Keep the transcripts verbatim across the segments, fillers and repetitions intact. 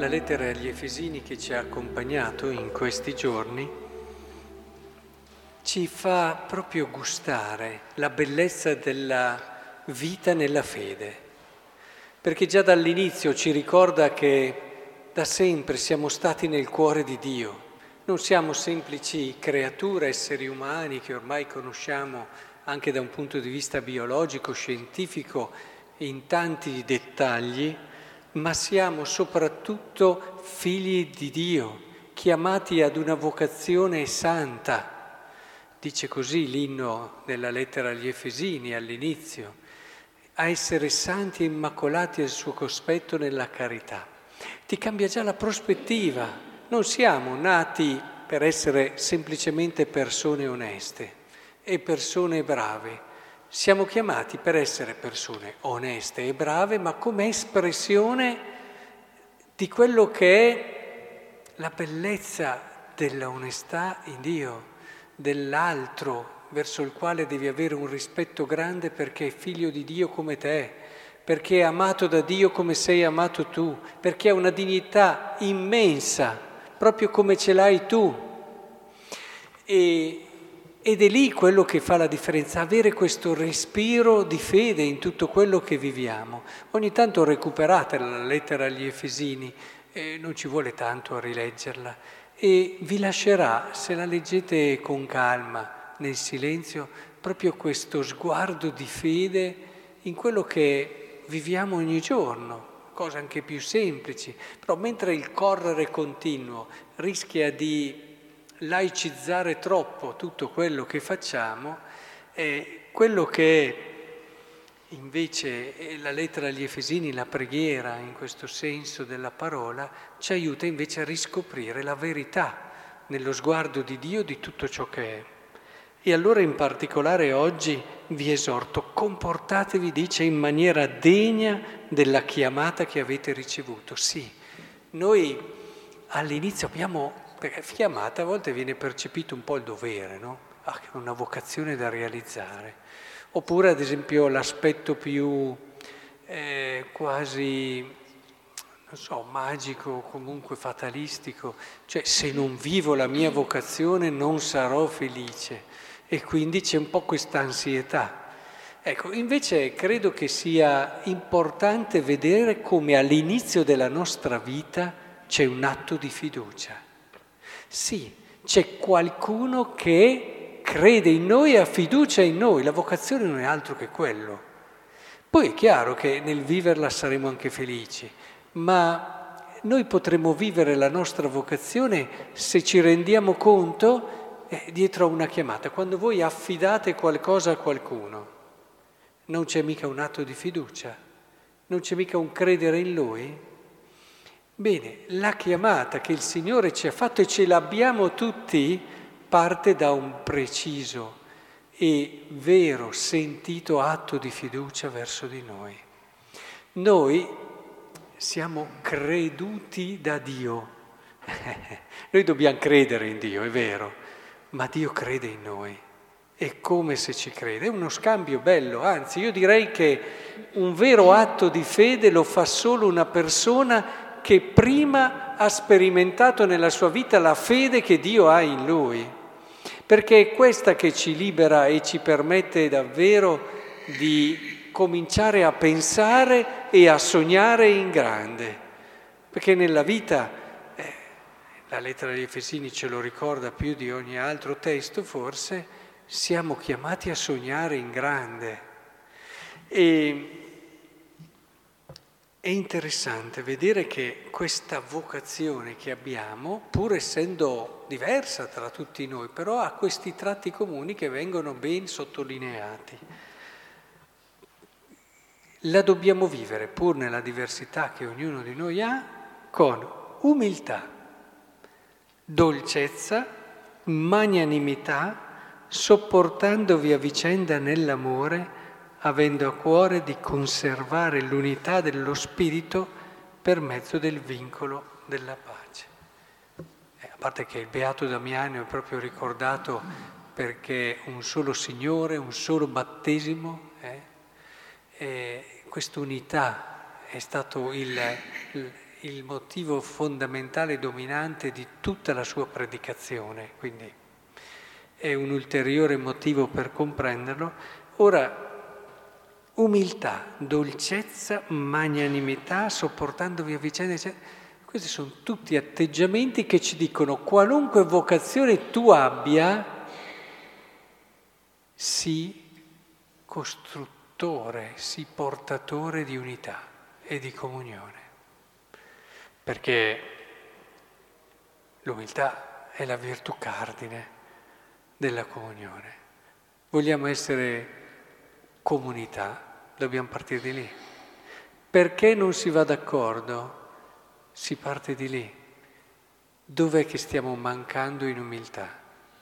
La lettera agli Efesini che ci ha accompagnato in questi giorni ci fa proprio gustare la bellezza della vita nella fede, perché già dall'inizio ci ricorda che da sempre siamo stati nel cuore di Dio, non siamo semplici creature, esseri umani che ormai conosciamo anche da un punto di vista biologico, scientifico, in tanti dettagli, ma siamo soprattutto figli di Dio, chiamati ad una vocazione santa. Dice così l'inno della lettera agli Efesini all'inizio, a essere santi e immacolati al suo cospetto nella carità. Ti cambia già la prospettiva, non siamo nati per essere semplicemente persone oneste e persone brave. Siamo chiamati per essere persone oneste e brave, ma come espressione di quello che è la bellezza della onestà in Dio, dell'altro verso il quale devi avere un rispetto grande perché è figlio di Dio come te, perché è amato da Dio come sei amato tu, perché ha una dignità immensa, proprio come ce l'hai tu. E Ed è lì quello che fa la differenza, avere questo respiro di fede in tutto quello che viviamo. Ogni tanto recuperate la lettera agli Efesini, eh, non ci vuole tanto a rileggerla, e vi lascerà, se la leggete con calma, nel silenzio, proprio questo sguardo di fede in quello che viviamo ogni giorno, cose anche più semplici, però mentre il correre continuo rischia di laicizzare troppo tutto quello che facciamo, eh, quello che invece è la lettera agli Efesini, la preghiera in questo senso della parola, ci aiuta invece a riscoprire la verità nello sguardo di Dio di tutto ciò che è. E allora in particolare oggi vi esorto, comportatevi, dice, in maniera degna della chiamata che avete ricevuto. Sì, noi all'inizio abbiamo... Perché chiamata a volte viene percepito un po' il dovere, no? Ah, che è una vocazione da realizzare. Oppure, ad esempio, l'aspetto più eh, quasi, non so, magico, comunque fatalistico. Cioè, se non vivo la mia vocazione non sarò felice. E quindi c'è un po' questa ansietà. Ecco, invece credo che sia importante vedere come all'inizio della nostra vita c'è un atto di fiducia. Sì, c'è qualcuno che crede in noi e ha fiducia in noi, la vocazione non è altro che quello. Poi è chiaro che nel viverla saremo anche felici, ma noi potremo vivere la nostra vocazione se ci rendiamo conto eh, dietro a una chiamata. Quando voi affidate qualcosa a qualcuno, non c'è mica un atto di fiducia, non c'è mica un credere in Lui. Bene, la chiamata che il Signore ci ha fatto e ce l'abbiamo tutti parte da un preciso e vero, sentito atto di fiducia verso di noi. Noi siamo creduti da Dio. Noi dobbiamo credere in Dio, è vero, ma Dio crede in noi. È come se ci crede, è uno scambio bello, anzi io direi che un vero atto di fede lo fa solo una persona che prima ha sperimentato nella sua vita la fede che Dio ha in lui, perché è questa che ci libera e ci permette davvero di cominciare a pensare e a sognare in grande, perché nella vita, eh, la lettera agli Efesini ce lo ricorda più di ogni altro testo forse, siamo chiamati a sognare in grande. E È interessante vedere che questa vocazione che abbiamo, pur essendo diversa tra tutti noi, però ha questi tratti comuni che vengono ben sottolineati. La dobbiamo vivere, pur nella diversità che ognuno di noi ha, con umiltà, dolcezza, magnanimità, sopportandovi a vicenda nell'amore, avendo a cuore di conservare l'unità dello spirito per mezzo del vincolo della pace. Eh, a parte che il Beato Damiano è proprio ricordato perché un solo Signore, un solo battesimo, eh, e quest'unità è stato il, il, il motivo fondamentale e dominante di tutta la sua predicazione, quindi è un ulteriore motivo per comprenderlo. Ora, umiltà, dolcezza, magnanimità, sopportandovi a vicenda, eccetera. Questi sono tutti atteggiamenti che ci dicono qualunque vocazione tu abbia, sii costruttore, sii portatore di unità e di comunione. Perché l'umiltà è la virtù cardine della comunione. Vogliamo essere comunità, dobbiamo partire di lì. Perché non si va d'accordo? Si parte di lì. Dov'è che stiamo mancando in umiltà?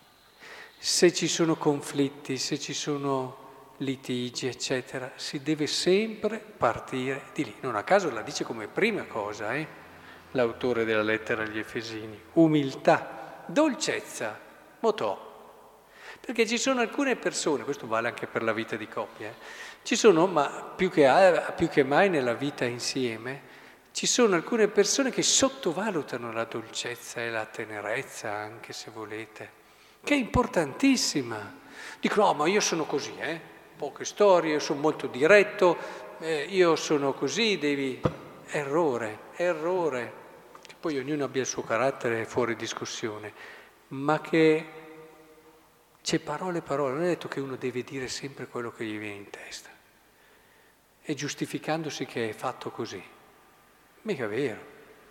Se ci sono conflitti, se ci sono litigi, eccetera, si deve sempre partire di lì. Non a caso la dice come prima cosa, eh? L'autore della lettera agli Efesini. Umiltà, dolcezza, motò. Perché ci sono alcune persone, questo vale anche per la vita di coppia, eh? Ci sono, ma più che, più che mai nella vita insieme, ci sono alcune persone che sottovalutano la dolcezza e la tenerezza, anche se volete, che è importantissima. Dicono, no, ma io sono così, eh? Poche storie, io sono molto diretto, eh, io sono così, devi... Errore, errore. Che poi ognuno abbia il suo carattere fuori discussione, ma che c'è parole e parole, non è detto che uno deve dire sempre quello che gli viene in testa, e giustificandosi che è fatto così. Mica vero.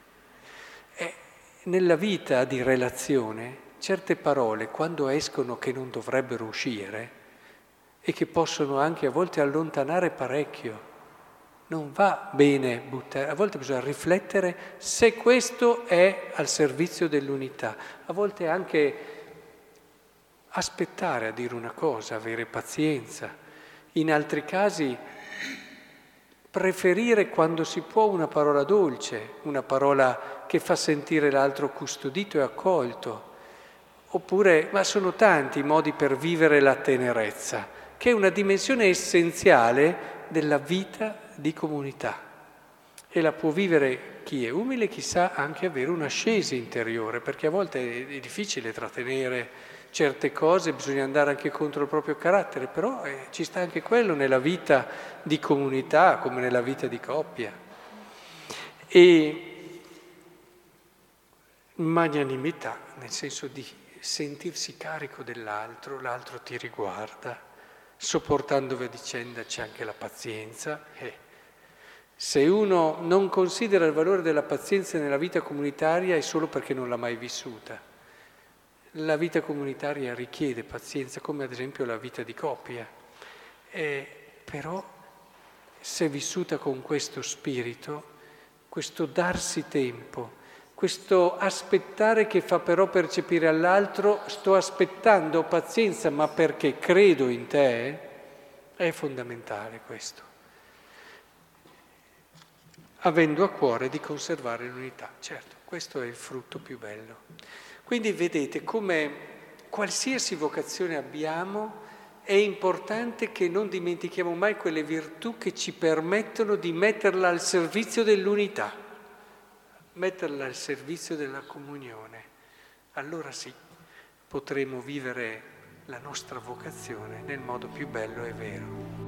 E nella vita di relazione certe parole, quando escono che non dovrebbero uscire e che possono anche a volte allontanare parecchio, non va bene buttare, a volte bisogna riflettere se questo è al servizio dell'unità, a volte anche aspettare a dire una cosa, avere pazienza, in altri casi preferire quando si può una parola dolce, una parola che fa sentire l'altro custodito e accolto, oppure, ma sono tanti i modi per vivere la tenerezza, che è una dimensione essenziale della vita di comunità. E la può vivere chi è umile, chi sa anche avere un'ascesa interiore, perché a volte è difficile trattenere certe cose, bisogna andare anche contro il proprio carattere, però eh, ci sta anche quello nella vita di comunità, come nella vita di coppia. E magnanimità, nel senso di sentirsi carico dell'altro, l'altro ti riguarda, sopportandovi a vicenda c'è anche la pazienza. Eh. Se uno non considera il valore della pazienza nella vita comunitaria è solo perché non l'ha mai vissuta. La vita comunitaria richiede pazienza, come ad esempio la vita di coppia. Eh, però, se vissuta con questo spirito, questo darsi tempo, questo aspettare che fa però percepire all'altro, sto aspettando pazienza, ma perché credo in te, è fondamentale questo. Avendo a cuore di conservare l'unità. Certo, questo è il frutto più bello. Quindi vedete come qualsiasi vocazione abbiamo è importante che non dimentichiamo mai quelle virtù che ci permettono di metterla al servizio dell'unità, metterla al servizio della comunione. Allora sì, potremo vivere la nostra vocazione nel modo più bello e vero.